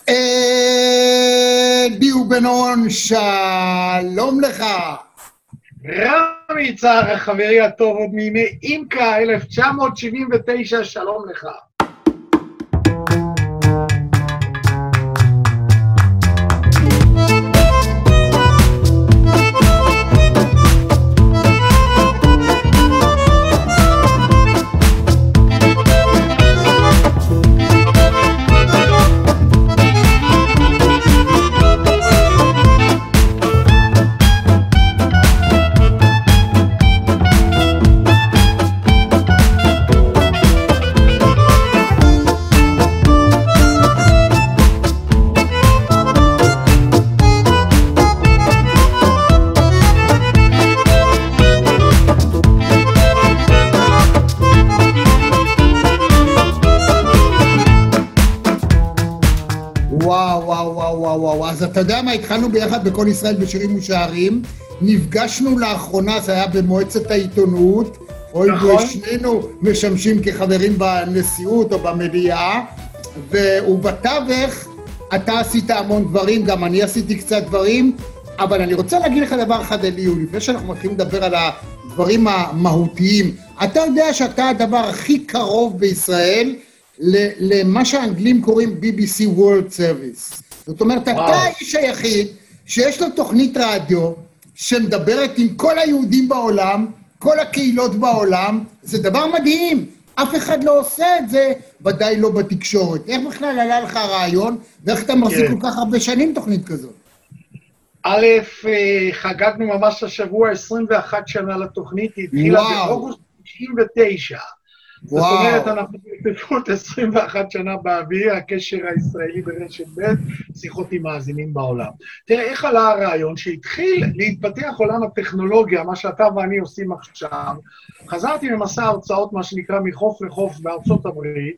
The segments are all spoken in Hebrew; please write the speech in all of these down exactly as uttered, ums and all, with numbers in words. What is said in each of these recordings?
אדי ובנון, שלום לך. רמי יצהר, חברי הטוב עוד מימי אימקה אלף תשע מאות שבעים ותשע, שלום לך. אז אתה יודע מה, התחלנו ביחד בכל ישראל בשירים ושערים, נפגשנו לאחרונה, זה היה במועצת העיתונות, או נכון. שנינו משמשים כחברים בנשיאות או במליאה, ובתווך אתה עשית המון דברים, גם אני עשיתי קצת דברים, אבל אני רוצה להגיד לך דבר אחד אליהו, לפני שאנחנו מתחילים לדבר על הדברים המהותיים, אתה יודע שאתה הדבר הכי קרוב בישראל למה שהאנגלים קוראים בי בי סי World Service. זאת אומרת, אתה האיש היחיד שיש לו תוכנית רדיו שמדברת עם כל היהודים בעולם, כל הקהילות בעולם, זה דבר מדהים. אף אחד לא עושה את זה, ודאי לא בתקשורת. איך בכלל עלה לך הרעיון, ואיך אתה מחזיק כל כך הרבה שנים תוכנית כזאת? א', חגגנו ממש השבוע עשרים ואחת שנה לתוכנית, היא התחילה באוגוסט תשעים ותשע. זאת אומרת, אנחנו בפחות עשרים ואחת שנה באוויר, הקשר הישראלי ברשת ב', שיחות עם מאזינים בעולם. תראה, איך עלה הרעיון שהתחיל להתפתח עולם הטכנולוגיה, מה שאתה ואני עושים עכשיו, חזרתי ממסע הרצאות, מה שנקרא מחוף לחוף בארצות הברית,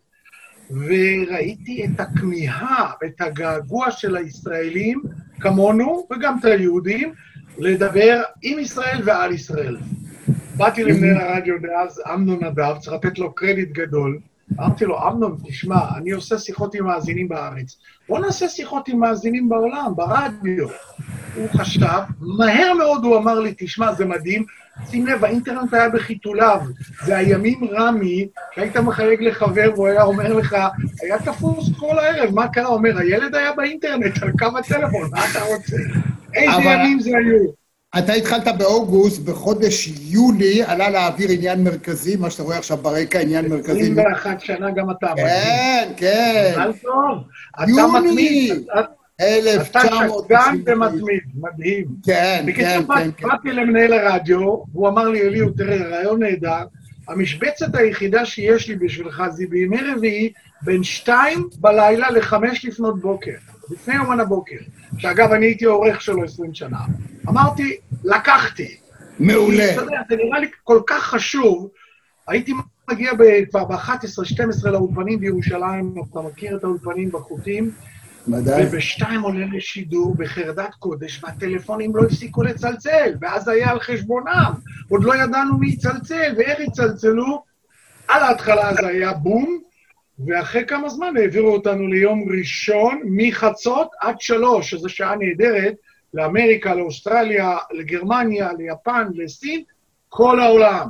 וראיתי את הכמיהה, את הגעגוע של הישראלים, כמונו, וגם את היהודים, לדבר עם ישראל ועל ישראל. באתי למנהל הרדיו דאז, אמנון נדב, צריך לתת לו קרדיט גדול. אמרתי לו, אמנון, תשמע, אני עושה שיחות עם מאזינים בארץ. בוא נעשה שיחות עם מאזינים בעולם, ברדיו. הוא חשב, מהר מאוד הוא אמר לי, תשמע, זה מדהים. שים לב, האינטרנט היה בחיתוליו. זה הימים רמי, שהיית מחייג לחבר, והוא היה אומר לך, היה תפוס כל הערב, מה קרה? הוא אומר, הילד היה באינטרנט, על קו הטלפון, מה אתה רוצה? איזה ימים זה היו? אתה התחלת באוגוסט, בחודש יולי, עלה להעביר עניין מרכזי, מה שאתה רואה עכשיו ברקע, עניין מרכזי. עשרים ואחת שנה גם אתה מתמיד. כן, כן. מזל טוב. אתה מתמיד. אלף תשע מאות אתה שגן ומתמיד, מדהים. כן, כן, כן. באתי למנהל הרדיו, והוא אמר לי, אליהו, תראה, רעיון נהדר, המשבצת היחידה שיש לי בשבילך זה בימי רביעי, בין שתיים בלילה לחמש לפנות בוקר. לפני יומן הבוקר, שאגב אני הייתי עורך שלו עשרים שנה, אמרתי, לקחתי. מעולה. אתה יודע, זה נראה לי כל כך חשוב, הייתי מגיע כבר ב-אחת עשרה שתים עשרה לאולפנים בירושלים, אתה מכיר את האולפנים בחוטים, ובשתיים עולה לשידור בחרדת קודש, והטלפונים לא הפסיקו לצלצל, ואז היה על חשבונם, עוד לא ידענו מי יצלצל, ואיך יצלצלו, על ההתחלה זה היה בום, ואחרי כמה זמן העבירו אותנו ליום ראשון, מחצות עד שלוש, שזו שעה נהדרת, לאמריקה, לאוסטרליה, לגרמניה, ליפן, לסין, כל העולם.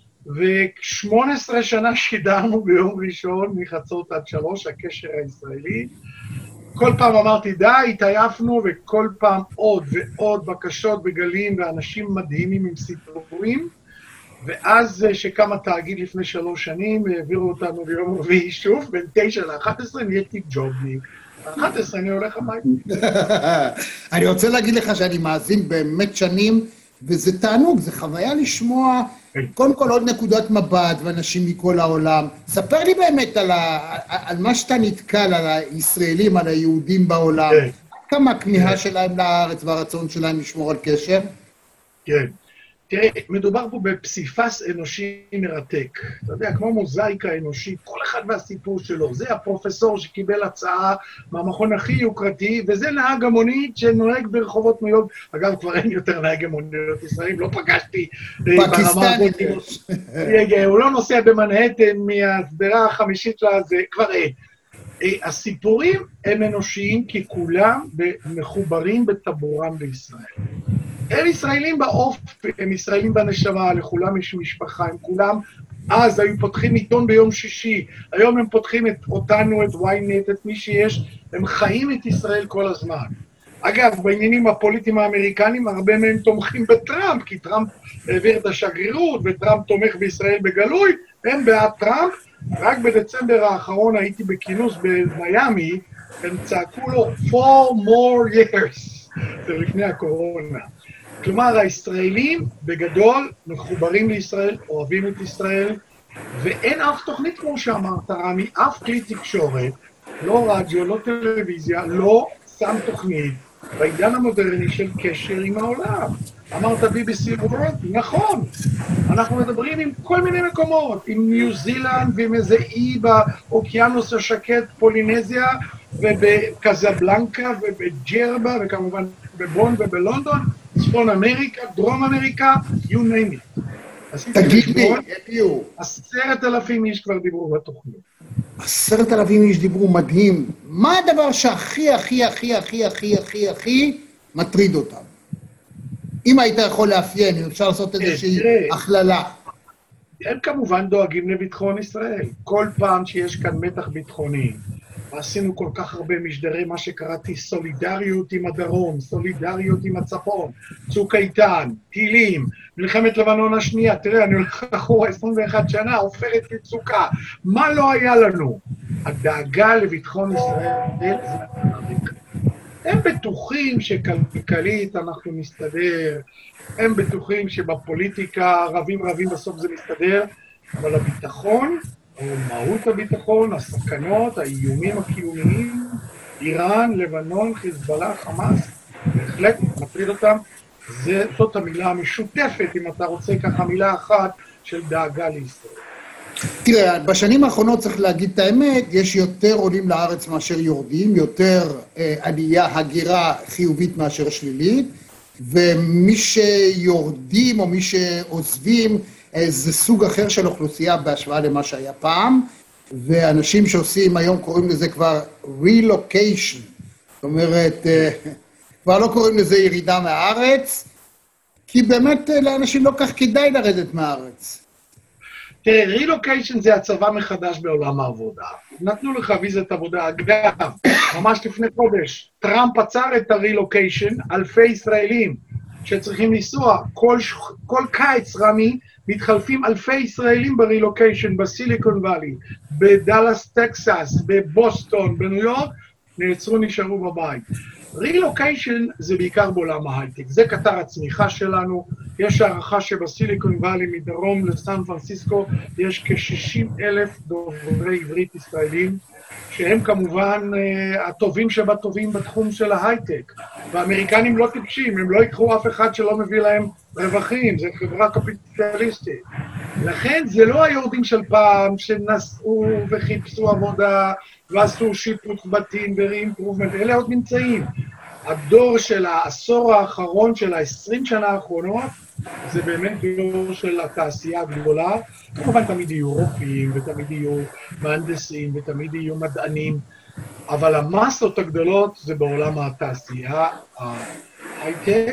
ו-שמונה עשרה שנה שידרנו ביום ראשון, מחצות עד שלוש, הקשר הישראלי. כל פעם אמרתי, די, התעייפנו, וכל פעם עוד ועוד בקשות בגלים, ואנשים מדהימים עם סיפורים. ואז שקם התאגיד לפני שלוש שנים, העבירו אותנו ביום רביעי שוב, בין תשע לאחת עשרה נהייתי ג'ובניק. אחת עשרה אני הולך הביתה. אני רוצה להגיד לך שאני מאזין באמת שנים, וזה תענוג, זה חוויה לשמוע, קודם כל עוד נקודת מבט, ואנשים מכל העולם. ספר לי באמת על, ה, על מה שאתה נתקל, על הישראלים, על היהודים בעולם. כמה הכמיהה שלהם לארץ והרצון שלהם לשמור על קשר? כן. תראה, מדובר פה בפסיפס אנושי מרתק. אתה יודע, כמו מוזאיקה אנושית, כל אחד והסיפור שלו. זה הפרופסור שקיבל הצעה מהמכון הכי יוקרתי, וזה נהג המונית שנוהג ברחובות ניו יורק. אגב, כבר אין יותר נהג המוניות ישראלים, לא פגשתי. פקיסטני. הוא לא נוסע במנהטן מהסדרה החמישית שלה, זה כבר אין. הסיפורים הם אנושיים כי כולם מחוברים בטבורם בישראל. הם ישראלים באוף, הם ישראלים בנשמה, לכולם יש משפחה, הם כולם אז היו פותחים עיתון ביום שישי, היום הם פותחים את אותנו, את ynet, את מי שיש, הם חיים את ישראל כל הזמן. אגב, בעניינים הפוליטיים האמריקנים, הרבה מהם תומכים בטראמפ, כי טראמפ העביר את השגרירות, וטראמפ תומך בישראל בגלוי, הם בעד טראמפ. רק בדצמבר האחרון הייתי בכינוס במיימי, הם צעקו לו four more years, זה לפני הקורונה. כלומר, הישראלים בגדול מחוברים לישראל, אוהבים את ישראל, ואין אף תוכנית כמו שאמרת, רמי, אף כלי תקשורת, לא רדיו, לא טלוויזיה, לא שם תוכנית בעידן המודרני של קשר עם העולם. אמרת בי בי סי וורד? נכון. אנחנו מדברים עם כל מיני מקומות, עם ניו זילנד ועם איזה אי באוקיינוס השקט, פולינזיה, ובקזבלנקה ובג'רבה, וכמובן בבון ובלונדון, צפון אמריקה, דרום אמריקה, you name it. תגיד לי, אליהו. עשרת אלפים איש כבר דיברו בתוכנית. עשרת אלפים איש דיברו, מדהים. מה הדבר שהכי, הכי, הכי, הכי, הכי, הכי, הכי מטריד אותם? אם היית יכול לאפיין, אם אפשר לעשות איזושהי הכללה. הם כמובן דואגים לביטחון ישראל. כל פעם שיש כאן מתח ביטחוני, ועשינו כל כך הרבה משדרי, מה שקראתי סולידריות עם הדרום, סולידריות עם הצפון, צוק איתן, טילים, מלחמת לבנון השנייה, תראה, אני הולך אחורה עשרים ואחת שנה, עופרת מצוקה, מה לא היה לנו? הדאגה לביטחון ישראל, הם בטוחים שכלכלית אנחנו נסתדר, הם בטוחים שבפוליטיקה רבים רבים בסוף זה מסתדר, אבל הביטחון, או מהות הביטחון, הסכנות, האיומים הקיומיים, איראן, לבנון, חיזבאללה, חמאס, בהחלט מטריד אותם. זאת המילה המשותפת, אם אתה רוצה ככה מילה אחת, של דאגה לישראל. תראה, בשנים האחרונות צריך להגיד את האמת, יש יותר עולים לארץ מאשר יורדים, יותר אה, עלייה, הגירה חיובית מאשר שלילית, ומי שיורדים או מי שעוזבים, זה סוג אחר של אוכלוסייה בהשוואה למה שהיה פעם, ואנשים שעושים היום קוראים לזה כבר relocation, זאת אומרת, כבר לא קוראים לזה ירידה מהארץ, כי באמת לאנשים לא כך כדאי לרדת מהארץ. תראה, רילוקיישן זה הצבא מחדש בעולם העבודה. נתנו לך ויזת עבודה. אגב, ממש לפני חודש, טראמפ עצר את הרילוקיישן, אלפי ישראלים שצריכים לנסוע. כל, כל קיץ, רמי, מתחלפים אלפי ישראלים ברילוקיישן, בסיליקון ואלי, בדלס, טקסס, בבוסטון, בניו יורק, נעצרו, נשארו בבית. רילוקיישן זה בעיקר בעולם ההייטק, זה קטר הצמיחה שלנו, יש הערכה שבסיליקון ואלי מדרום לסן פרנסיסקו יש כ-שישים אלף דוברי עברית ישראלים, שהם כמובן uh, הטובים שבטובים בתחום של ההייטק, והאמריקנים לא טיפשים, הם לא יקחו אף אחד שלא מביא להם רווחים, זה חברה קפיטליסטית. לכן זה לא היורדים של פעם שנסעו וחיפשו עבודה ועשו שיפוץ בתים ורימפרובמנט, אלה עוד נמצאים. הדור של העשור האחרון, של ה-עשרים שנה האחרונות, זה באמת דור של התעשייה הגדולה. כמובן תמיד יהיו רופאים ותמיד יהיו מהנדסים ותמיד יהיו מדענים, אבל המסות הגדולות זה בעולם התעשייה, ההייטק,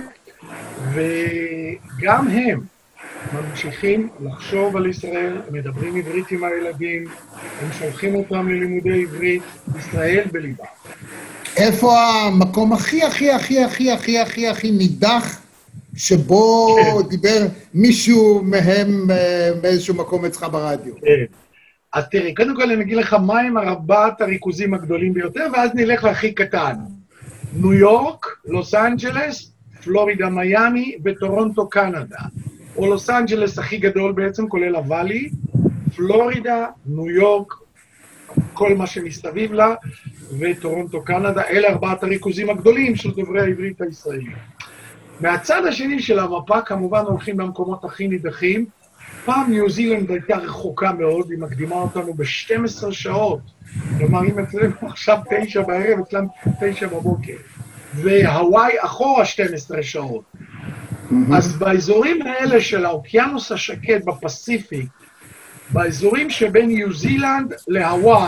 וגם הם ממשיכים לחשוב על ישראל, הם מדברים עברית עם הילדים, הם שולחים אותם ללימודי עברית, ישראל בליבה. איפה המקום הכי הכי הכי הכי הכי הכי הכי נידח שבו דיבר מישהו מהם באיזשהו מקום אצלך ברדיו? אז תראי, קודם כל אני אגיד לך מהם ארבעת הריכוזים הגדולים ביותר, ואז נלך להכי קטן. ניו יורק, לוס אנג'לס, פלורידה, מיימי וטורונטו, קנדה. או לוס אנג'לס הכי גדול בעצם, כולל הוואלי, פלורידה, ניו יורק, כל מה שמסתביב לה, וטורונטו, קנדה. אלה ארבעת הריכוזים הגדולים של דוברי העברית הישראלים. מהצד השני של המפה, כמובן הולכים למקומות הכי נידחים. פעם ניו זילנד הייתה רחוקה מאוד, היא מקדימה אותנו ב-שתים עשרה שעות. כלומר, אם אצלנו עכשיו תשע בערב, אצלם תשע בבוקר. והוואי אחורה שתים עשרה שעות. אז באזורים האלה של האוקיינוס השקט בפסיפיק, באזורים שבין ניו זילנד להוואי,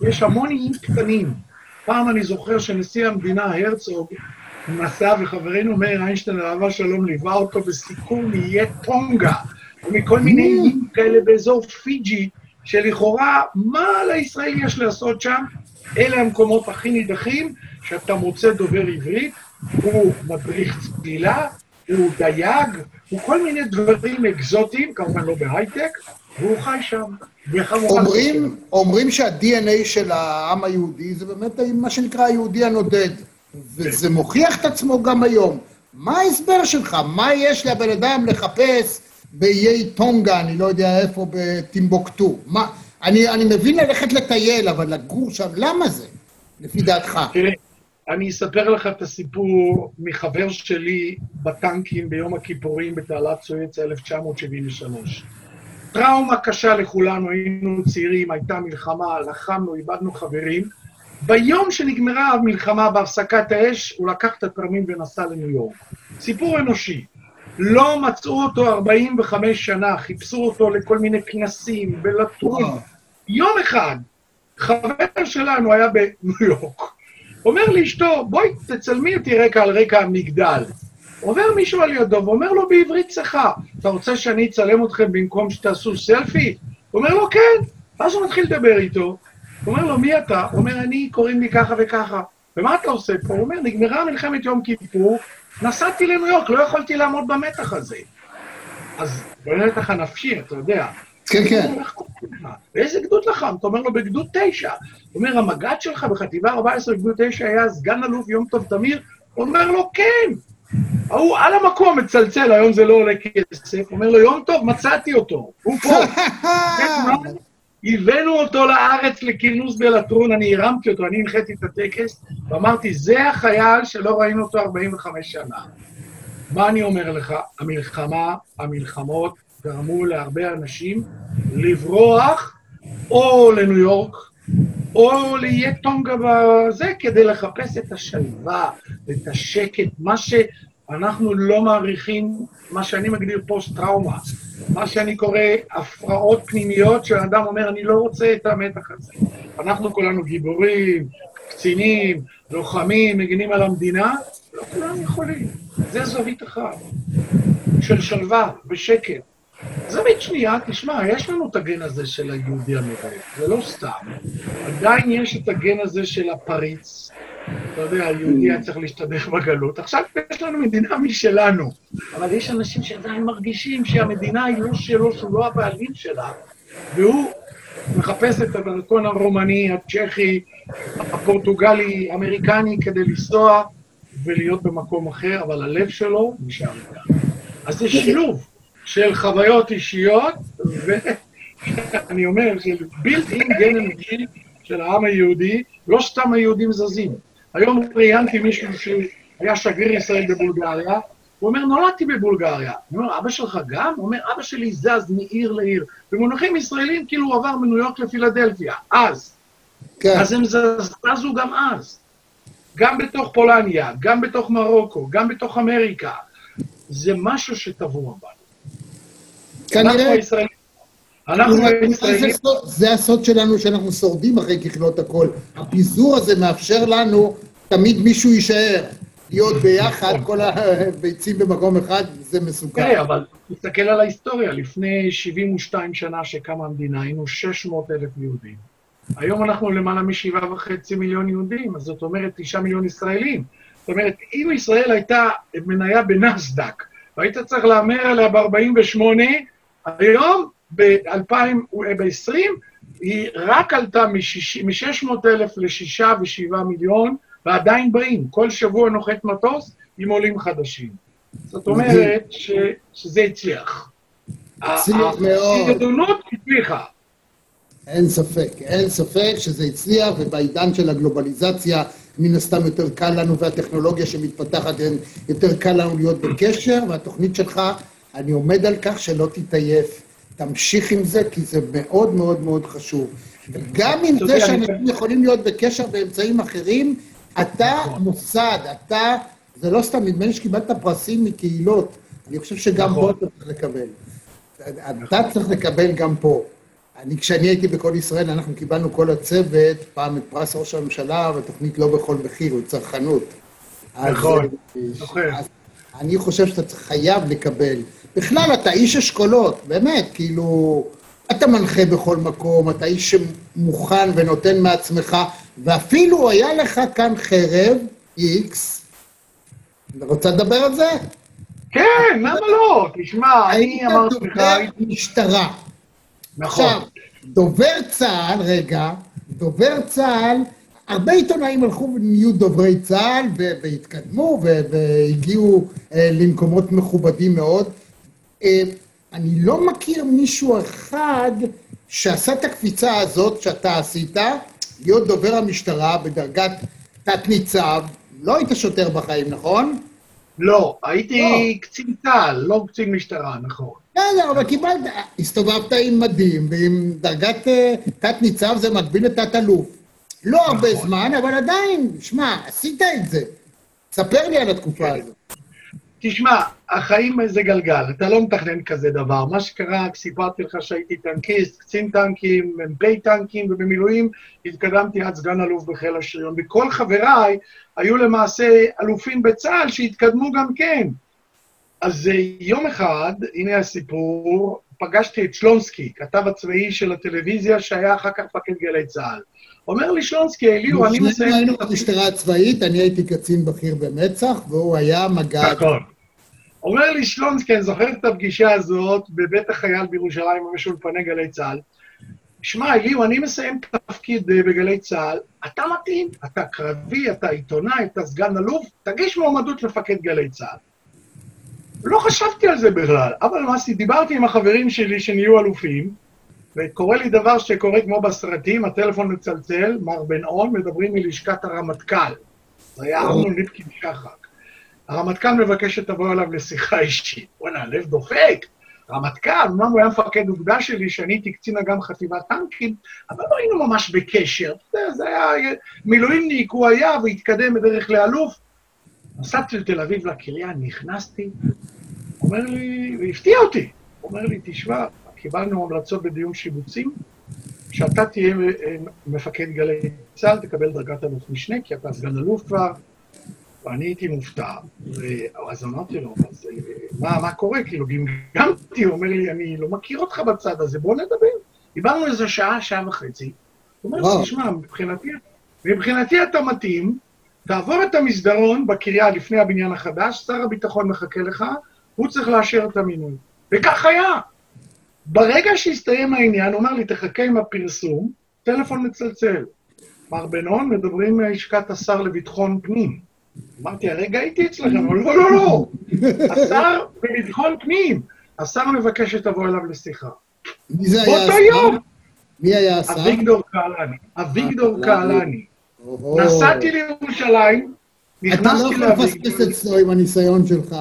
יש המון איים קטנים. פעם אני זוכר שנשיא המדינה הרצוג נסע, וחברנו מאיר איינשטיין עליו השלום ליווה אותו בסיכום מאיי טונגה, ומכל מיני איים כאלה באזור פיג'י, שלכאורה, מה לישראל יש לעשות שם? אלה המקומות הכי נידחים, שאתה מוצא דובר עברית, הוא מדריך צלילה, הוא דייג, הוא כל מיני דברים אקזוטיים, כמובן לא בהייטק, והוא חי שם. אומרים, אומרים שה-די אן איי של העם היהודי זה באמת מה שנקרא היהודי הנודד, וזה מוכיח את עצמו גם היום. מה ההסבר שלך? מה יש לבן אדם לחפש באיי טונגה, אני לא יודע איפה, בטימבוקטו? מה? אני, אני מבין ללכת לטייל, אבל לגור שם, למה זה? לפי דעתך. תראה, אני אספר לך את הסיפור מחבר שלי בטנקים ביום הכיפורים בתעלת סואץ אלף תשע מאות שבעים ושלוש. טראומה קשה לכולנו, היינו צעירים, הייתה מלחמה, לחמנו, איבדנו חברים. ביום שנגמרה המלחמה בהפסקת האש, הוא לקח את התרמים ונסע לניו יורק. סיפור אנושי. לא מצאו אותו ארבעים וחמש שנה, חיפשו אותו לכל מיני כנסים, בלטרון. יום אחד, חבר שלנו היה בניו יורק. אומר לאשתו, בואי תצלמי אותי רקע על רקע המגדל. עובר מישהו על ידו ואומר לו בעברית צחה, אתה רוצה שאני אצלם אתכם במקום שתעשו סלפי? הוא אומר לו כן, אז הוא מתחיל לדבר איתו. הוא אומר לו מי אתה? הוא אומר אני קוראים לי ככה וככה. ומה אתה עושה פה? הוא אומר נגמרה מלחמת יום כיפור, נסעתי לניו יורק, לא יכולתי לעמוד במתח הזה. אז במתח הנפשי, אתה יודע. כן, כן. באיזה גדוד לחם? אתה אומר לו בגדוד תשע. הוא אומר המג"ד שלך בחטיבה ארבע עשרה בגדוד תשע היה סגן אלוף יום טוב תמיר? הוא אומר לו כן. הוא על המקום מצלצל, היום זה לא עולה כסף, אומר לו, יום טוב, מצאתי אותו, הוא פה. הבאנו אותו לארץ לכינוס בלטרון, אני הרמתי אותו, אני הנחיתי את הטקס, ואמרתי, זה החייל שלא ראינו אותו ארבעים וחמש שנה. מה אני אומר לך? המלחמה, המלחמות, גרמו להרבה אנשים לברוח או לניו יורק, או לאיי טונגה בזה, כדי לחפש את השלווה, את השקט, מה שאנחנו לא מעריכים, מה שאני מגדיר פוסט-טראומה, מה שאני קורא הפרעות פנימיות, שהאדם אומר, אני לא רוצה את המתח הזה. אנחנו כולנו גיבורים, קצינים, לוחמים, מגנים על המדינה, לא כולנו יכולים. זה זווית אחת, של שלווה, בשקט. זווית שנייה, תשמע, יש לנו את הגן הזה של היהודי הנודד, זה לא סתם. עדיין יש את הגן הזה של הפריץ. אתה יודע, היהודי היה צריך להשתדך בגלות. עכשיו יש לנו מדינה משלנו, אבל יש אנשים שעדיין מרגישים שהמדינה היא לא שלו, שהוא לא הבעלים שלה, והוא מחפש את הדרכון הרומני, הצ'כי, הפורטוגלי, האמריקני, כדי לנסוע ולהיות במקום אחר, אבל הלב שלו נשאר איתה. אז זה שילוב של חוויות אישיות, ואני אומר, של built-in גן אנושי של העם היהודי, לא סתם היהודים זזים. היום ראיינתי מישהו שהיה שגריר ישראל בבולגריה, הוא אומר, נולדתי בבולגריה. אני אומר, אבא שלך גם? הוא אומר, אבא שלי זז מעיר לעיר. במונחים ישראלים, כאילו הוא עבר מניו יורק לפילדלפיה, אז. כן. אז הם זזו גם אז. גם בתוך פולניה, גם בתוך מרוקו, גם בתוך אמריקה. זה משהו שטבוע בנו. כנראה, הישראלים, אנחנו הישראלים... זה הסוד שלנו שאנחנו שורדים אחרי ככלות הכל. הפיזור הזה מאפשר לנו, תמיד מישהו יישאר. להיות ביחד, כל הביצים במקום אחד, זה מסוכן. כן, אבל תסתכל על ההיסטוריה. לפני שבעים ושתיים שנה שקמה המדינה, היינו שש מאות אלף יהודים. היום אנחנו למעלה משבעה וחצי מיליון יהודים, אז זאת אומרת תשעה מיליון ישראלים. זאת אומרת, אם ישראל הייתה מניה בנסדק, והיית צריך לאמר עליה ב-ארבעים ושמונה, היום, ב-אלפיים ועשרים, היא רק עלתה מ-שש מאות אלף ל-שישה ושבעה מיליון, ועדיין באים. כל שבוע נוחת מטוס עם עולים חדשים. זאת אומרת ש... שזה הצליח. הצליח מאוד. הגדולות הצליחה. אין ספק, אין ספק שזה הצליח, ובעידן של הגלובליזציה, מן הסתם יותר קל לנו, והטכנולוגיה שמתפתחת, יותר קל לנו להיות בקשר, והתוכנית שלך, אני עומד על כך שלא תתעייף. תמשיך עם זה, כי זה מאוד מאוד מאוד חשוב. וגם עם זה שאנשים יכולים להיות בקשר באמצעים אחרים, אתה מוסד, אתה, זה לא סתם, נדמה לי שקיבלת פרסים מקהילות, אני חושב שגם פה אתה צריך לקבל. אתה צריך לקבל גם פה. אני, כשאני הייתי בכל ישראל, אנחנו קיבלנו כל הצוות, פעם את פרס ראש הממשלה, ותוכנית לא בכל מחיר, צרכנות. נכון, נכון. אני חושב שאתה חייב לקבל. בכלל, אתה איש אשכולות, באמת, כאילו, אתה מנחה בכל מקום, אתה איש שמוכן ונותן מעצמך, ואפילו היה לך כאן חרב, איקס. אתה רוצה לדבר על זה? כן, למה לא? תשמע, אני אמרתי לך... היית דובר משטרה. נכון. עכשיו, דובר צה"ל, רגע, דובר צה"ל, הרבה עיתונאים הלכו ונהיו דוברי צה"ל, והתקדמו, והגיעו למקומות מכובדים מאוד. אני לא מכיר מישהו אחד שעשה את הקפיצה הזאת שאתה עשית, להיות דובר המשטרה בדרגת תת ניצב, לא היית שוטר בחיים, נכון? לא, הייתי קצין צה"ל, לא קצין משטרה, נכון. בסדר, אבל קיבלת, הסתובבת עם מדים, ועם דרגת תת ניצב זה מקביל לתת אלוף. לא הרבה זמן, אבל עדיין, שמע, עשית את זה. ספר לי על התקופה הזאת. תשמע, החיים זה גלגל, אתה לא מתכנן כזה דבר. מה שקרה, סיפרתי לך שהייתי טנקיסט, קצין טנקים, מ"פ טנקים, ובמילואים התקדמתי עד סגן אלוף בחיל השריון. וכל חבריי היו למעשה אלופים בצה"ל שהתקדמו גם כן. אז יום אחד, הנה הסיפור, פגשתי את שלונסקי, כתב הצבאי של הטלוויזיה, שהיה אחר כך מפקד גלי צה"ל. אומר לי שלונסקי, אליהו, אני מסיים... אנחנו היינו במשטרה הצבאית, אני הייתי קצין בכיר במצ"ח, והוא היה מג"ד. נכון. אומר לי שלונסקי, אני זוכר את הפגישה הזאת בבית החייל בירושלים, ממש אולפני גלי צה"ל. שמע, אליהו, אני מסיים תפקיד בגלי צה"ל, אתה מתאים, אתה קרבי, אתה עיתונאי, אתה סגן אלוף, תגיש מועמדות לפקד גלי צה"ל. לא חשבתי על זה בכלל, אבל מה עשיתי? דיברתי עם החברים שלי שנהיו אלופים, וקורה לי דבר שקורה כמו בסרטים, הטלפון מצלצל, מר בן און, מדברים מלשכת הרמטכ"ל. זה היה אמנון ליפקין שחק. הרמטכ"ל מבקש שתבוא אליו לשיחה אישית. וואלה, הלב דופק. רמטכ"ל, אמנם הוא היה מפקד אוגדה שלי, שאני הייתי קצין אג"ם חטיבת טנקים, אבל לא היינו ממש בקשר. זה היה מילואימניק, הוא היה והתקדם בדרך לאלוף. נסעתי לתל אביב לקריה, נכנסתי, אומר לי, והפתיע אותי, אומר לי, תשמע, קיבלנו המלצות בדיון שיבוצים, שאתה תהיה מפקד גלי צה"ל, תקבל דרגת אלוף משנה, כי אתה סגן אלוף כבר, ואני הייתי מופתע, אז אמרתי לו, אז מה, מה קורה? כאילו, גמגמתי, הוא אומר לי, אני לא מכיר אותך בצד הזה, בוא נדבר. דיברנו איזה שעה, שעה וחצי, הוא אומר לי, תשמע, מבחינתי, מבחינתי אתה מתאים, תעבור את המסדרון בקריה לפני הבניין החדש, שר הביטחון מחכה לך, הוא צריך לאשר את המינוי. וכך היה. ברגע שהסתיים העניין, הוא אמר לי, תחכה עם הפרסום, טלפון מצלצל. מר בנון, מדברים מהשקת השר לביטחון פנים. אמרתי, הרגע הייתי אצלכם, לא, לא, לא. השר לביטחון פנים. השר מבקש שתבוא אליו לשיחה. מי זה היה השר? יום. מי היה השר? אביגדור קהלני. אביגדור קהלני. נסעתי לירושלים, נכנסתי אתה לא יכול לפספס אצלו עם הניסיון שלך.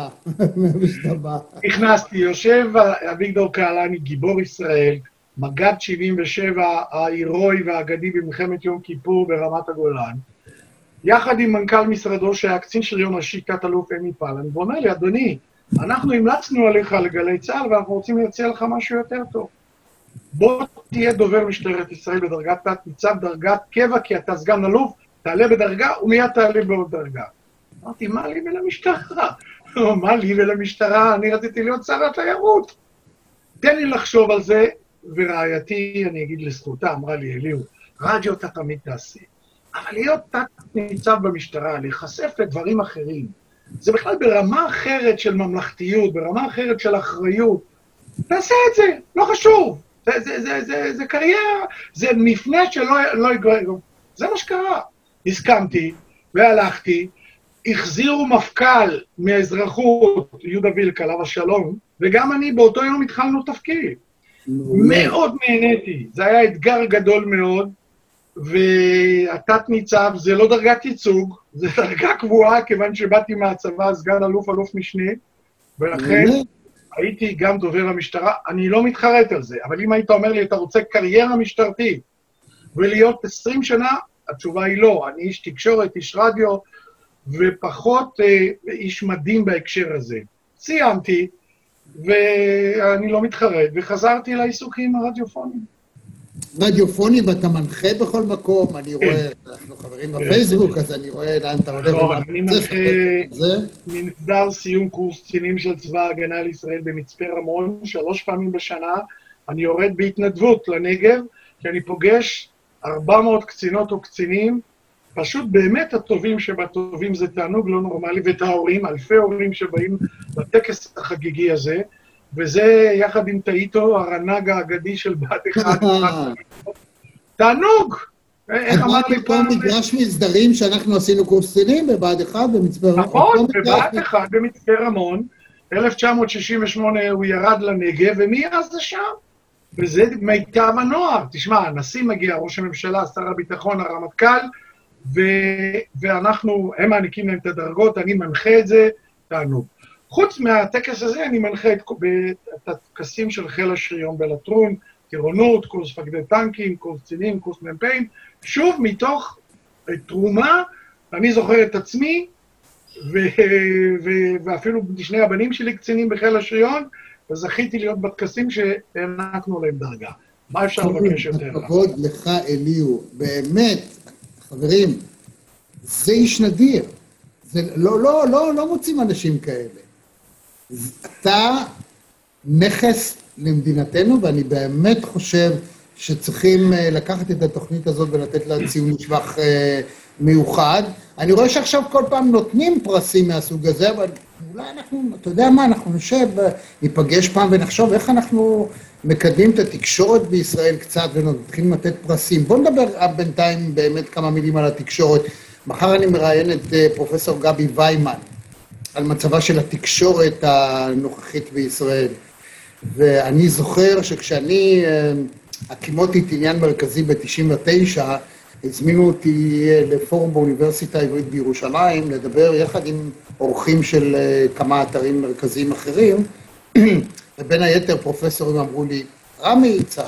נכנסתי, יושב אביגדור קהלני, גיבור ישראל, מג"ד שבעים ושבע, ההירואי והאגדי במלחמת יום כיפור ברמת הגולן, יחד עם מנכ"ל משרדו שהיה קצין שריון ראשי תת אלוף אמי פלן, ואומר לי, אדוני, אנחנו המלצנו עליך לגלי צה"ל ואנחנו רוצים להציע לך משהו יותר טוב. בוא תהיה דובר משטרת ישראל בדרגת תת ניצב, דרגת קבע, כי אתה סגן אלוף, תעלה בדרגה ומיד תעלה בעוד דרגה. אמרתי, מה לי ולמשטרה? מה לי ולמשטרה? אני רציתי להיות שר התיירות. תן לי לחשוב על זה, ורעייתי, אני אגיד לזכותה, אמרה לי, אליהו, רדיו אתה תמיד תעשה. אבל להיות תת ניצב במשטרה, להיחשף לדברים אחרים, זה בכלל ברמה אחרת של ממלכתיות, ברמה אחרת של אחריות. תעשה את זה, לא חשוב. זה, זה, זה, זה, זה קריירה, זה מפנה שלא לא יגרר. זה מה שקרה. הסכמתי והלכתי, החזירו מפכ"ל מהאזרחות, יהודה וילק, עליו השלום, וגם אני באותו יום התחלנו תפקיד. מאוד נהניתי, זה היה אתגר גדול מאוד, והתת ניצב זה לא דרגת ייצוג, זה דרגה קבועה, כיוון שבאתי מהצבא, סגן אלוף, אלוף משנה, ולכן הייתי גם דובר המשטרה, אני לא מתחרט על זה, אבל אם היית אומר לי, אתה רוצה קריירה משטרתית, ולהיות עשרים שנה, התשובה היא לא, אני איש תקשורת, איש רדיו, ופחות אה, איש מדהים בהקשר הזה. סיימתי, ואני לא מתחרט, וחזרתי לעיסוקים הרדיופונים. רדיופוני ואתה מנחה בכל מקום, אני רואה, אנחנו חברים בפייסבוק, אז אני רואה לאן אתה הולך. אני מנחה מנסדר סיום קורס קצינים של צבא ההגנה לישראל במצפה רמון, שלוש פעמים בשנה, אני יורד בהתנדבות לנגב, כי אני פוגש ארבע מאות קצינות או קצינים, פשוט באמת הטובים שבטובים זה תענוג לא נורמלי, ואת ההורים, אלפי הורים שבאים לטקס החגיגי הזה, וזה יחד עם טאיטו, הרנ"ג האגדי של בה"ד אחד. תענוג! איך אמר לי פעם? מגרש מסדרים שאנחנו עשינו קורס קצינים בבה"ד אחד במצפה רמון. נכון, בבה"ד אחד במצפה רמון, אלף תשע מאות שישים ושמונה הוא ירד לנגב, ומאז זה שם. וזה מיטב הנוער. תשמע, הנשיא מגיע, ראש הממשלה, שר הביטחון, הרמטכ"ל, ואנחנו, הם מעניקים להם את הדרגות, אני מנחה את זה, תענוג. חוץ מהטקס הזה, אני מנחה את הטקסים של חיל השריון בלטרון, טירונות, קורס מפקדי טנקים, קורס קצינים, קורס מ"פים, שוב מתוך תרומה, אני זוכר את עצמי, ואפילו שני הבנים שלי קצינים בחיל השריון, וזכיתי להיות בטקסים שהענקנו להם דרגה. מה אפשר לבקש יותר? כבוד לך, אליהו, באמת, חברים, זה איש נדיר. לא, לא, לא, לא מוצאים אנשים כאלה. אתה נכס למדינתנו, ואני באמת חושב שצריכים לקחת את התוכנית הזאת ולתת לה ציון לשבח מיוחד. אני רואה שעכשיו כל פעם נותנים פרסים מהסוג הזה, אבל אולי אנחנו, אתה יודע מה, אנחנו נשב, ניפגש פעם ונחשוב איך אנחנו מקדמים את התקשורת בישראל קצת ונתחילים לתת פרסים. בואו נדבר בינתיים באמת כמה מילים על התקשורת. מחר אני מראיין את פרופסור גבי ויימן על מצבה של התקשורת הנוכחית בישראל. ואני זוכר שכשאני הקימותי את עניין מרכזי ב-תשעים ותשע, הזמינו אותי לפורום באוניברסיטה העברית בירושלים, לדבר יחד עם אורחים של כמה אתרים מרכזיים אחרים, ובין היתר פרופסורים אמרו לי, רמי יצהר,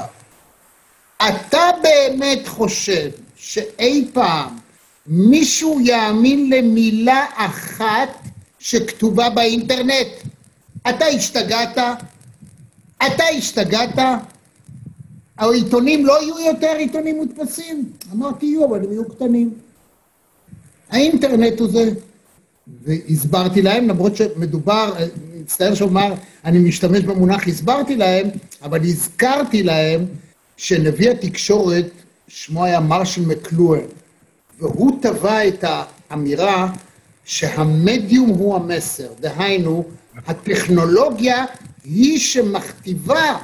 אתה באמת חושב שאי פעם מישהו יאמין למילה אחת שכתובה באינטרנט? אתה השתגעת? אתה השתגעת? העיתונים לא יהיו יותר עיתונים מודפסים? אמרתי, יהיו, אבל הם יהיו קטנים. האינטרנט הוא זה, והסברתי להם, למרות שמדובר, מצטער שאומר, אני משתמש במונח, הסברתי להם, אבל הזכרתי להם שנביא התקשורת, שמו היה מרשל מקלואן, והוא טבע את האמירה שהמדיום הוא המסר, דהיינו, הטכנולוגיה היא שמכתיבה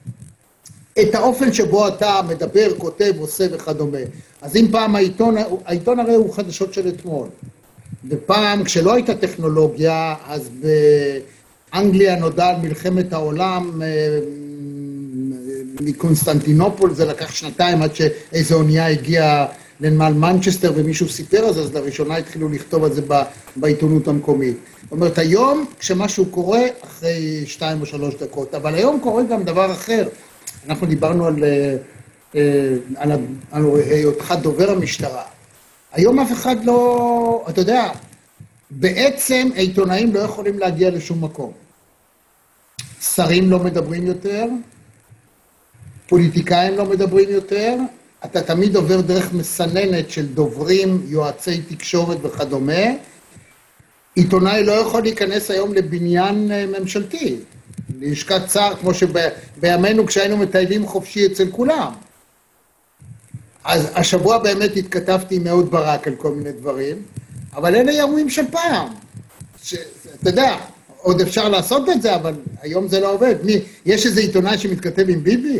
את האופן שבו אתה מדבר, כותב, עושה וכדומה. אז אם פעם העיתון, העיתון הרי הוא חדשות של אתמול, ופעם כשלא הייתה טכנולוגיה, אז באנגליה נודע על מלחמת העולם, מקונסטנטינופול זה לקח שנתיים עד שאיזו אונייה הגיעה לנמל מנצ'סטר ומישהו סיפר על זה, אז לראשונה התחילו לכתוב על זה בעיתונות המקומית. זאת אומרת, היום כשמשהו קורה אחרי שתיים או שלוש דקות, אבל היום קורה גם דבר אחר. אנחנו דיברנו על, על, על היותך דובר המשטרה. היום אף אחד לא, אתה יודע, בעצם העיתונאים לא יכולים להגיע לשום מקום. שרים לא מדברים יותר, פוליטיקאים לא מדברים יותר, אתה תמיד עובר דרך מסננת של דוברים, יועצי תקשורת וכדומה. עיתונאי לא יכול להיכנס היום לבניין ממשלתי, לשכת שר, כמו שבימינו כשהיינו מטיילים חופשי אצל כולם. אז השבוע באמת התכתבתי עם אהוד ברק על כל מיני דברים, אבל אלה אירועים של פעם. ש, אתה יודע, עוד אפשר לעשות את זה, אבל היום זה לא עובד. מי, יש איזה עיתונאי שמתכתב עם ביבי?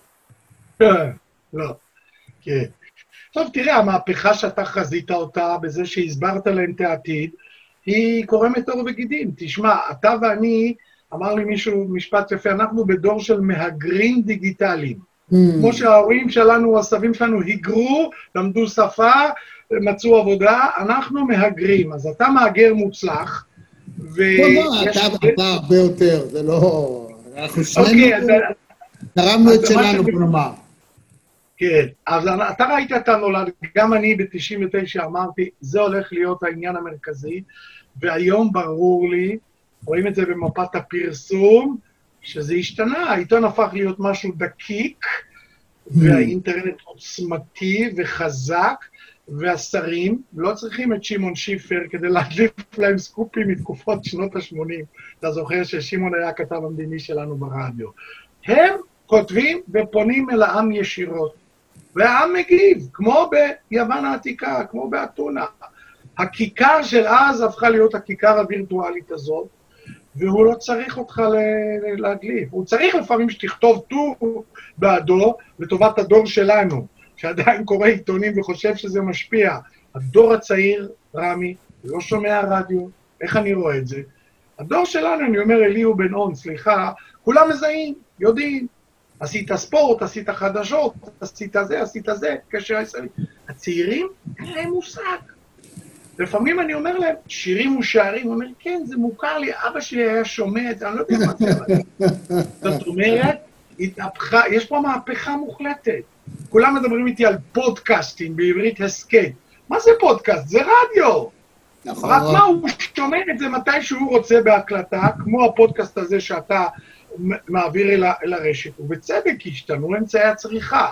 לא, כן. טוב, תראה, המהפכה שאתה חזית אותה בזה שהסברת להם את העתיד, היא קורמת עור וגידים. תשמע, אתה ואני, אמר לי מישהו משפט יפה, אנחנו בדור של מהגרים דיגיטליים. Mm. כמו שההורים שלנו, הסבים שלנו, היגרו, למדו שפה, מצאו עבודה, אנחנו מהגרים. אז אתה מהגר מוצלח, ו... לא, לא, אתה, אתה הרבה יותר, זה לא... אנחנו שנינו, תרמנו את שלנו, בוא נאמר. כן, אז אתה ראית את הנולד, גם אני ב-תשעים ותשע אמרתי, זה הולך להיות העניין המרכזי, והיום ברור לי, רואים את זה במפת הפרסום, שזה השתנה, העיתון הפך להיות משהו דקיק, והאינטרנט עוצמתי וחזק, והשרים לא צריכים את שמעון שיפר כדי להדליף להם סקופים מתקופות שנות ה-שמונים. אתה זוכר ששמעון היה הכתב המדיני שלנו ברדיו. הם כותבים ופונים אל העם ישירות, והעם מגיב, כמו ביוון העתיקה, כמו באתונה. הכיכר של אז הפכה להיות הכיכר הווירטואלית הזאת, והוא לא צריך אותך להדליף. הוא צריך לפעמים שתכתוב טור בעדו לטובת הדור שלנו, שעדיין קורא עיתונים וחושב שזה משפיע. הדור הצעיר, רמי, לא שומע רדיו, איך אני רואה את זה? הדור שלנו, אני אומר אליהו בן און, סליחה, כולם מזהים, יודעים. עשית ספורט, עשית חדשות, עשית זה, עשית זה, קשר הישראלי. הצעירים, אין להם מושג. לפעמים אני אומר להם, שירים ושערים, הוא אומר, כן, זה מוכר לי, אבא שלי היה שומע את זה, אני לא יודע מה זה. זאת אומרת, התהפכה, יש פה מהפכה מוחלטת. כולם מדברים איתי על פודקאסטים, בעברית הסקט. מה זה פודקאסט? זה רדיו. נכון. רק מה, הוא שומע את זה מתי שהוא רוצה בהקלטה, כמו הפודקאסט הזה שאתה מעביר אל, אל הרשת, ובצדק השתנו אמצעי הצריכה.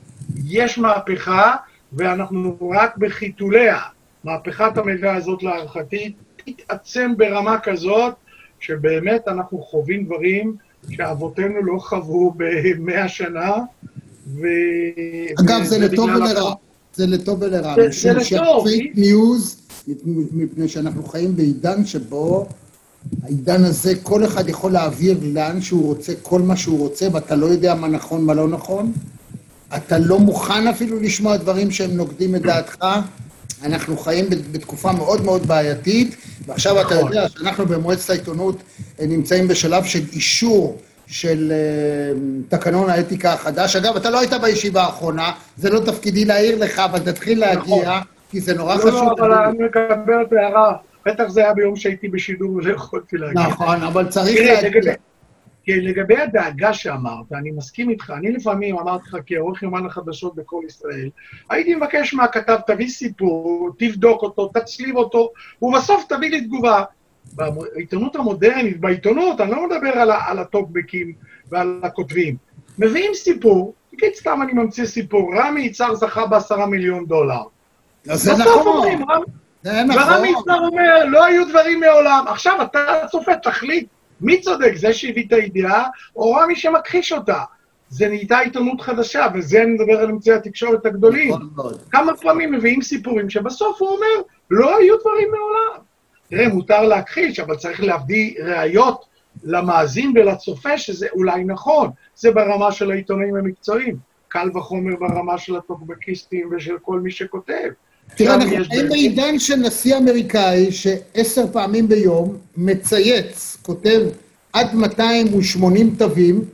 יש מהפכה, ואנחנו רק בחיתוליה. מהפכת המידע הזאת להערכתי תתעצם ברמה כזאת, שבאמת אנחנו חווים דברים שאבותינו לא חוו במאה שנה, ו... אגב, זה לטוב ולרע. זה לטוב ולרע. זה לטוב. פייק ניוז, מפני שאנחנו חיים בעידן שבו, העידן הזה, כל אחד יכול להעביר לאן שהוא רוצה, כל מה שהוא רוצה, ואתה לא יודע מה נכון, מה לא נכון. אתה לא מוכן אפילו לשמוע דברים שהם נוגדים את דעתך. אנחנו חיים בתקופה מאוד מאוד בעייתית, ועכשיו אתה יודע שאנחנו במועצת העיתונות נמצאים בשלב של אישור של תקנון האתיקה החדש. אגב, אתה לא היית בישיבה האחרונה, זה לא תפקידי להעיר לך, אבל תתחיל להגיע, כי זה נורא חשוב. לא, אבל אני מקבל את הערה. בטח זה היה ביום שהייתי בשידור ולא יכולתי להגיע. נכון, אבל צריך להגיע. כי לגבי הדאגה שאמרת, אני מסכים איתך, אני לפעמים אמרתי לך כעורך יומן החדשות בכל ישראל, הייתי מבקש מהכתב, תביא סיפור, תבדוק אותו, תצליב אותו, ובסוף תביא לי תגובה. בעיתונות המודרנית, בעיתונות, אני לא מדבר על, על הטוקבקים ועל הכותבים, מביאים סיפור, תגיד סתם אני ממציא סיפור, רמי יצהר זכה בעשרה מיליון דולר. זה נכון. אומרים, זה נכון. ורמי יצהר אומר, לא היו דברים מעולם, עכשיו אתה צופה, תחליט, מי צודק? זה שהביא את הידיעה, או רמי שמכחיש אותה? זה נהייתה עיתונות חדשה, וזה אני מדבר על אמצעי התקשורת הגדולים. כמה פעמים מביאים סיפורים שבסוף הוא אומר, לא היו דברים מעולם. תראה, מותר להכחיש, אבל צריך להביא ראיות למאזין ולצופה שזה אולי נכון. זה ברמה של העיתונאים המקצועיים. קל וחומר ברמה של הטוקבקיסטים ושל כל מי שכותב. תראה, אנחנו חיים בעידן של נשיא אמריקאי שעשר פעמים ביום מצייץ, כותב עד מאתיים ושמונים תווים,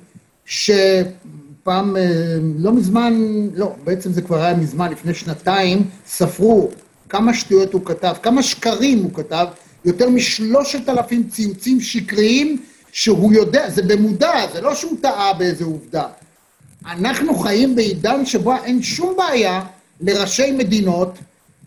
שפעם, לא מזמן, לא, בעצם זה כבר היה מזמן, לפני שנתיים, ספרו כמה שטויות הוא כתב, כמה שקרים הוא כתב, יותר משלושת אלפים ציוצים שקריים שהוא יודע, זה במודע, זה לא שהוא טעה באיזה עובדה. אנחנו חיים בעידן שבו אין שום בעיה לראשי מדינות,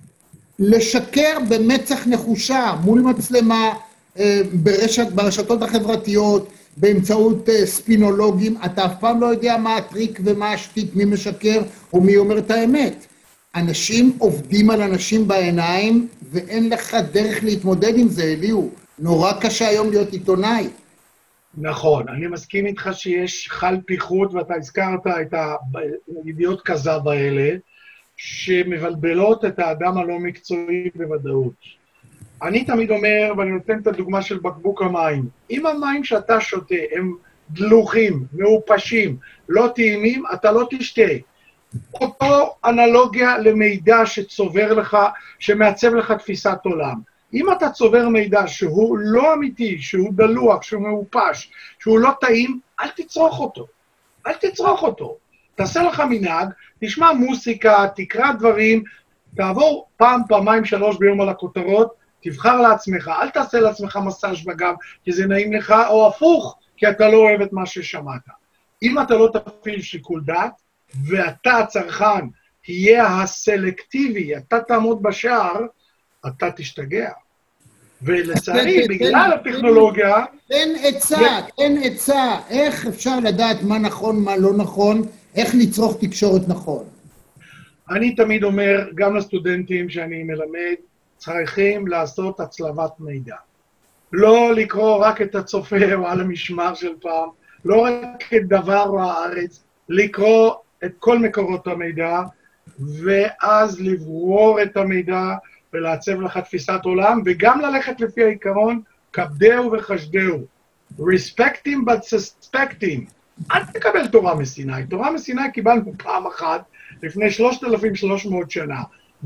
לשקר במצח נחושה מול מצלמה ברשת, ברשתות החברתיות, באמצעות ספינולוגים. אתה אף פעם לא יודע מה הטריק ומה השתיק, מי משקר או מי אומר את האמת. אנשים עובדים על אנשים בעיניים, ואין לך דרך להתמודד עם זה, אליהו. נורא קשה היום להיות עיתונאי. נכון, אני מסכים איתך שיש חל פיחות, ואתה הזכרת את הידיעות כזב האלה, שמבלבלות את האדם הלא מקצועי בוודאות. אני תמיד אומר, ואני נותן את הדוגמה של בקבוק המים, אם המים שאתה שותה הם דלוחים, מעופשים, לא טעימים, אתה לא תשתה. אותו אנלוגיה למידע שצובר לך, שמעצב לך תפיסת עולם. אם אתה צובר מידע שהוא לא אמיתי, שהוא דלוח, שהוא מעופש, שהוא לא טעים, אל תצרוך אותו. אל תצרוך אותו. תעשה לך מנהג, תשמע מוסיקה, תקרא דברים, תעבור פעם, פעמיים, שלוש ביום על הכותרות, תבחר לעצמך, אל תעשה לעצמך מסאז' בגב, כי זה נעים לך, או הפוך, כי אתה לא אוהב את מה ששמעת. אם אתה לא תפעיל שיקול דעת, ואתה הצרכן תהיה הסלקטיבי, אתה תעמוד בשער, אתה תשתגע. ולצערי, בגלל הטכנולוגיה... אין עצה, אין עצה. איך אפשר לדעת מה נכון, מה לא נכון, איך לצרוך תקשורת נכון? אני תמיד אומר, גם לסטודנטים שאני מלמד, צריכים לעשות הצלבת מידע. לא לקרוא רק את הצופה או על המשמר של פעם, לא רק את דבר הארץ, לקרוא את כל מקורות המידע, ואז לברור את המידע ולעצב לך תפיסת עולם, וגם ללכת לפי העיקרון, כבדהו וחשדהו. respecting but suspecting. אל תקבל תורה מסיני. תורה מסיני קיבלנו פעם אחת, לפני שלושת אלפים ושלוש מאות שנה.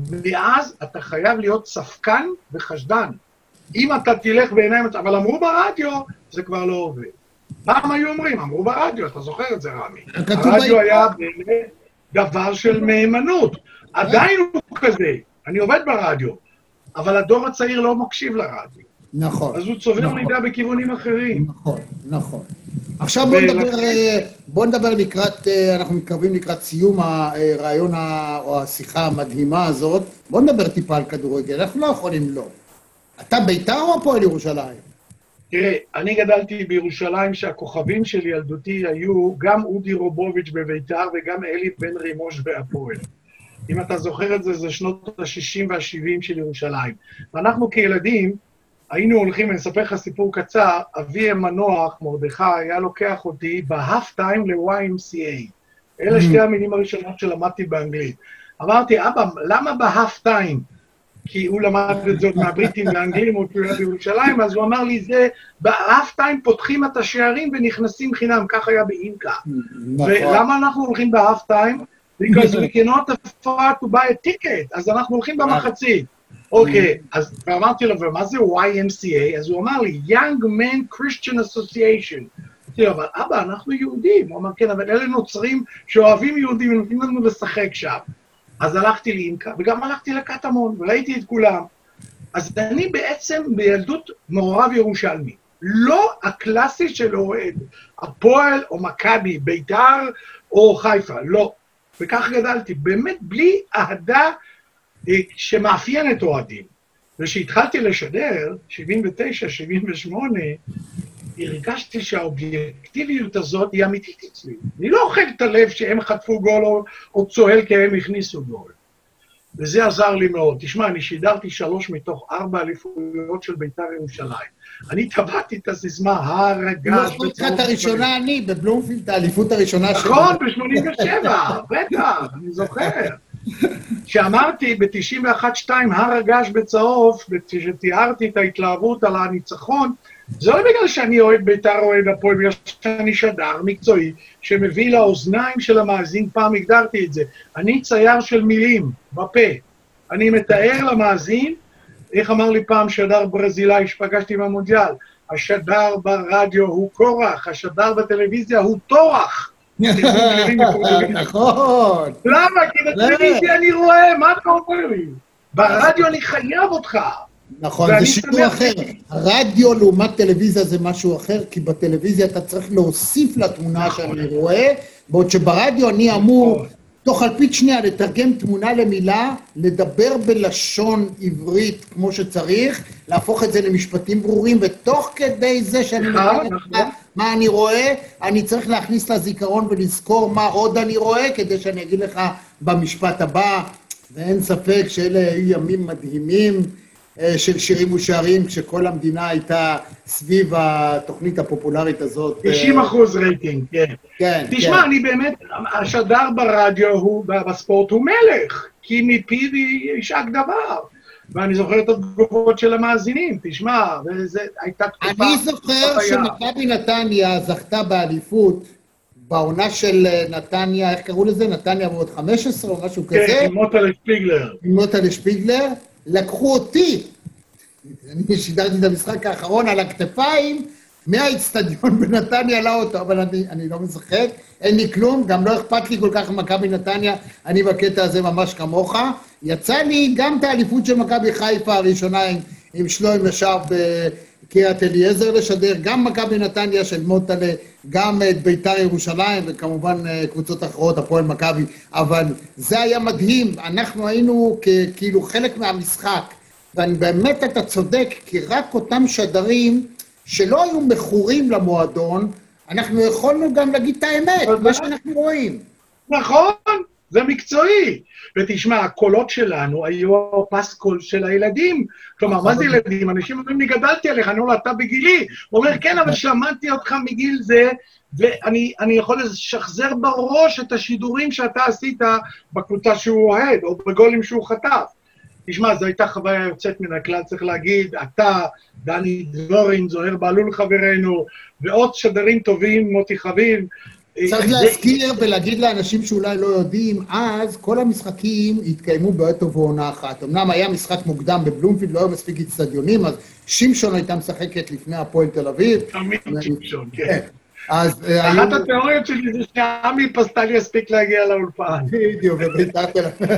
ואז אתה חייב להיות ספקן וחשדן. אם אתה תלך בעיניים, אבל אמרו ברדיו, זה כבר לא עובד. פעם היו אומרים, אמרו ברדיו, אתה זוכר את זה, רמי. הרדיו היה באמת דבר של מהימנות. עדיין הוא כזה, אני עובד ברדיו, אבל הדור הצעיר לא מקשיב לרדיו. נכון. אז הוא צובר מידע בכיוונים אחרים. נכון, נכון. עכשיו בוא נדבר, בוא נדבר לקראת, אנחנו מתקרבים לקראת סיום הרעיון או השיחה המדהימה הזאת. בוא נדבר טיפה על כדורגל, אנחנו לא יכולים לא. אתה בית"ר או הפועל ירושלים? תראה, אני גדלתי בירושלים שהכוכבים של ילדותי היו גם אודי רובוביץ' בבית"ר וגם אלי בן רימוש בהפועל. אם אתה זוכר את זה, זה שנות ה-שישים וה-שבעים של ירושלים. ואנחנו כילדים היינו הולכים, אני אספר לך סיפור קצר, אבי המנוח, מרדכי, היה לוקח אותי בהאף טיים ל-וואי אם סי איי. אלה שתי המילים הראשונות שלמדתי באנגלית. אמרתי, אבא, למה בהאף טיים? כי הוא למד את זאת מהבריטים לאנגלים, או תלויה בירושלים, אז הוא אמר לי, זה, בהאף טיים פותחים את השערים ונכנסים חינם, כך היה באינקה. ולמה אנחנו הולכים בהאף טיים? Because we cannot afford to buy a ticket, אז אנחנו הולכים במחצית. אוקיי, אז אמרתי לו, ומה זה וואי אם סי איי? אז הוא אמר לי, Young Men Christian Association. אמרתי לו, אבל אבא, אנחנו יהודים. הוא אמר, כן, אבל אלה נוצרים שאוהבים יהודים, ונותנים לנו לשחק שם. אז הלכתי לאינקה, וגם הלכתי לקטמון, וראיתי את כולם. אז אני בעצם בילדות מעורב ירושלמי. לא הקלאסי של אוהד, הפועל או מכבי, בית"ר או חיפה, לא. וכך גדלתי, באמת בלי אהדה שמאפיינת אוהדים. וכשהתחלתי לשדר, שבעים ותשע שבעים ושמונה, הרגשתי שהאובייקטיביות הזאת היא אמיתית אצלי. אני לא אוכל את הלב שהם חטפו גול או, או צוהל כי הם הכניסו גול. וזה עזר לי מאוד. תשמע, אני שידרתי שלוש מתוך ארבע אליפויות של בית"ר ירושלים. אני טבעתי את הסיסמה, הר הגז... לא זוכרת הראשונה אני, בבלומפילד, האליפות הראשונה שלי. נכון, ב-שמונים ושבע, בטח, אני זוכר. שאמרתי ב-תשעים ואחת שתיים, הר הגעש בצהוב, כשתיארתי את ההתלהבות על הניצחון, זה לא בגלל שאני אוהד בית"ר או אוהד הפועל, בגלל שאני שדר מקצועי, שמביא לאוזניים של המאזין, פעם הגדרתי את זה. אני צייר של מילים, בפה. אני מתאר למאזין, איך אמר לי פעם שדר ברזילאי שפגשתי במונדיאל, השדר ברדיו הוא קורח, השדר בטלוויזיה הוא טורח. נכון. למה? כי בטלוויזיה אני רואה, מה אתה אומר לי? ברדיו אני חייב אותך. נכון, זה שידור אחר. רדיו לעומת טלוויזיה זה משהו אחר, כי בטלוויזיה אתה צריך להוסיף לתמונה שאני רואה, בעוד שברדיו אני אמור, תוך אלפית שנייה, לתרגם תמונה למילה, לדבר בלשון עברית כמו שצריך, להפוך את זה למשפטים ברורים, ותוך כדי זה שאני מבין מה אני רואה, אני צריך להכניס לזיכרון ולזכור מה עוד אני רואה, כדי שאני אגיד לך במשפט הבא, ואין ספק שאלה היו ימים מדהימים של שירים ושערים, כשכל המדינה הייתה סביב התוכנית הפופולרית הזאת. תשעים אחוז רייטינג, כן. כן, תשמע, אני באמת, השדר ברדיו הוא, בספורט הוא מלך, כי מפיו ישק דבר. ואני זוכר את התגובות של המאזינים, תשמע, וזו הייתה תקופה... אני זוכר שמכבי נתניה זכתה באליפות, בעונה של נתניה, איך קראו לזה? נתניה בעוד חמש עשרה או משהו כזה? כן, עם מוטלה שפיגלר. עם מוטלה שפיגלר. לקחו אותי, אני שידרתי את המשחק האחרון על הכתפיים, מהאצטדיון בנתניה לאוטו, אבל אני, אני לא משחק, אין לי כלום, גם לא אכפת לי כל כך מכבי נתניה, אני בקטע הזה ממש כמוך. יצא לי גם את האליפות של מכבי חיפה הראשונה עם, עם שלוים ישב בקריית אליעזר לשדר, גם מכבי נתניה של מוטלה, גם את בית"ר ירושלים, וכמובן קבוצות אחרות, הפועל מכבי, אבל זה היה מדהים, אנחנו היינו כאילו חלק מהמשחק, ובאמת אתה צודק, כי רק אותם שדרים שלא היו מכורים למועדון, אנחנו יכולנו גם להגיד את האמת, מה שאנחנו רואים. נכון, זה מקצועי. ותשמע, הקולות שלנו היו הפסקול של הילדים. כלומר, מה זה ילדים? אנשים אומרים לי, גדלתי עליך, אני אומר, אתה בגילי. הוא אומר, כן, אבל שמעתי אותך מגיל זה, ואני יכול לשחזר בראש את השידורים שאתה עשית בקבוצה שהוא אוהד, או בגולים שהוא חטף. תשמע, זו הייתה חוויה יוצאת מן הכלל, צריך להגיד, אתה, דני דבורין, זוהר בעלול חברנו, ועוד שדרים טובים, מוטי חביב. צריך להזכיר ולהגיד לאנשים שאולי לא יודעים, אז כל המשחקים התקיימו בעת ובעונה אחת. אמנם היה משחק מוקדם בבלומפילד, לא היו מספיק אצטדיונים, אז שמשון הייתה משחקת לפני הפועל תל אביב. תמיד שמשון, כן. אז... אחת התיאוריות שלי זה שעמי פסטלי יספיק להגיע לאולפן. בדיוק, וביתר תל אביב.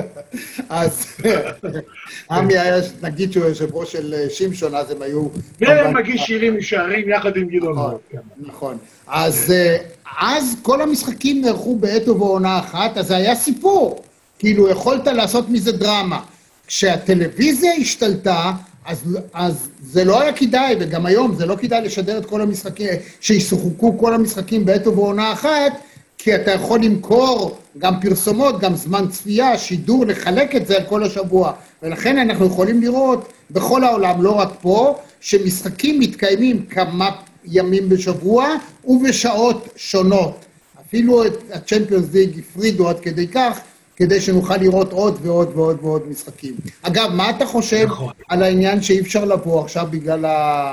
אז עמי היה, נגיד שהוא יושב ראש של שמשון, אז הם היו... כן, מגיש שירים משערים יחד עם גדעון. נכון. אז אז כל המשחקים נערכו בעת ובעונה אחת, אז זה היה סיפור. כאילו, יכולת לעשות מזה דרמה. כשהטלוויזיה השתלטה, אז, אז זה לא היה כדאי, וגם היום זה לא כדאי לשדר את כל המשחקים, שישוחקו כל המשחקים בעת ובעונה אחת, כי אתה יכול למכור גם פרסומות, גם זמן צפייה, שידור, לחלק את זה על כל השבוע. ולכן אנחנו יכולים לראות בכל העולם, לא רק פה, שמשחקים מתקיימים כמה ימים בשבוע ובשעות שונות. אפילו את הצ'מפיונס ליג הפרידו עד כדי כך, כדי שנוכל לראות עוד ועוד ועוד ועוד משחקים. אגב, מה אתה חושב נכון. על העניין שאי אפשר לבוא עכשיו בגלל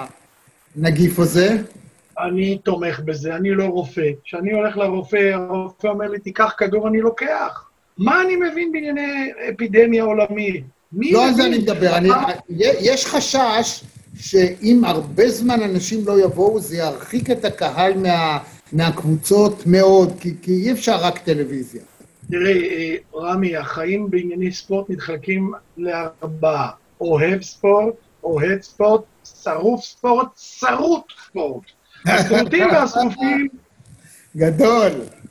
הנגיף הזה? אני תומך בזה, אני לא רופא. כשאני הולך לרופא, הרופא אומר לי, תיקח כדור, אני לוקח. מה אני מבין בענייני אפידמיה עולמית? לא על זה אני מדבר. אני, יש חשש שאם הרבה זמן אנשים לא יבואו, זה ירחיק את הקהל מה, מהקבוצות מאוד, כי, כי אי אפשר רק טלוויזיה. תראה, רמי, החיים בענייני ספורט מתחלקים לארבעה. אוהב ספורט, אוהד ספורט, שרוף ספורט, שרוט ספורט. הספורטים והשרופים... גדול.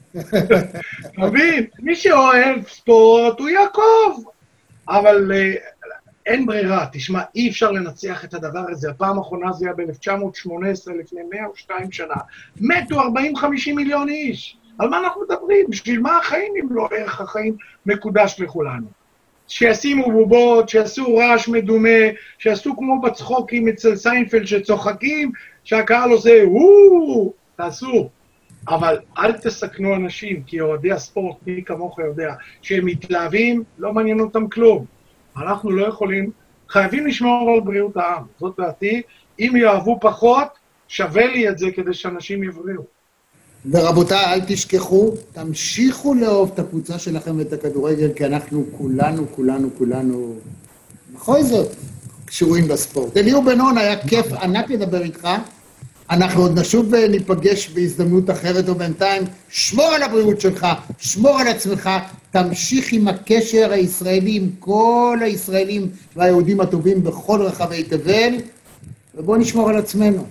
מבין, מי שאוהב ספורט הוא יעקב. אבל אין ברירה, תשמע, אי אפשר לנצח את הדבר הזה. הפעם האחרונה זה היה ב-אלף תשע מאות שמונה עשרה, לפני מאה ושתיים שנה. מתו ארבעים חמישים מיליון איש. על מה אנחנו מדברים? בשביל מה החיים אם לא ערך החיים מקודש לכולנו? שישימו בובות, שיעשו רעש מדומה, שיעשו כמו בצחוקים אצל סיינפלד שצוחקים, שהקהל עושה, וואו, תעשו. אבל אל תסכנו אנשים, כי אוהדי הספורט, מי כמוך יודע, שהם מתלהבים, לא מעניין אותם כלום. אנחנו לא יכולים, חייבים לשמור על בריאות העם. זאת דעתי, אם יאהבו פחות, שווה לי את זה כדי שאנשים יבריאו. ורבותיי, אל תשכחו, תמשיכו לאהוב את הקבוצה שלכם ואת הכדורגל, כי אנחנו כולנו, כולנו, כולנו, בכל זאת, קשורים בספורט. אליהו בן-און, היה כיף ענק לדבר איתך. אנחנו עוד נשוב וניפגש בהזדמנות אחרת, ובינתיים, שמור על הבריאות שלך, שמור על עצמך, תמשיך עם הקשר הישראלי, עם כל הישראלים והיהודים הטובים בכל רחבי תבל, ובואו נשמור על עצמנו.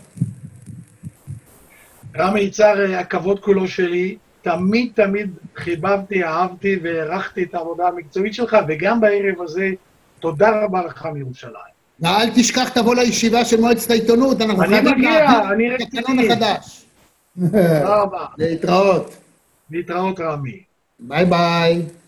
רמי יצהר, הכבוד כולו שלי, תמיד תמיד חיבבתי, אהבתי והערכתי את העבודה המקצועית שלך, וגם בערב הזה, תודה רבה לך מירושלים. ואל תשכח, תבוא לישיבה של מועצת העיתונות, אנחנו חייבים להעביר את התקנון החדש. תודה רבה. להתראות. להתראות רמי. ביי ביי.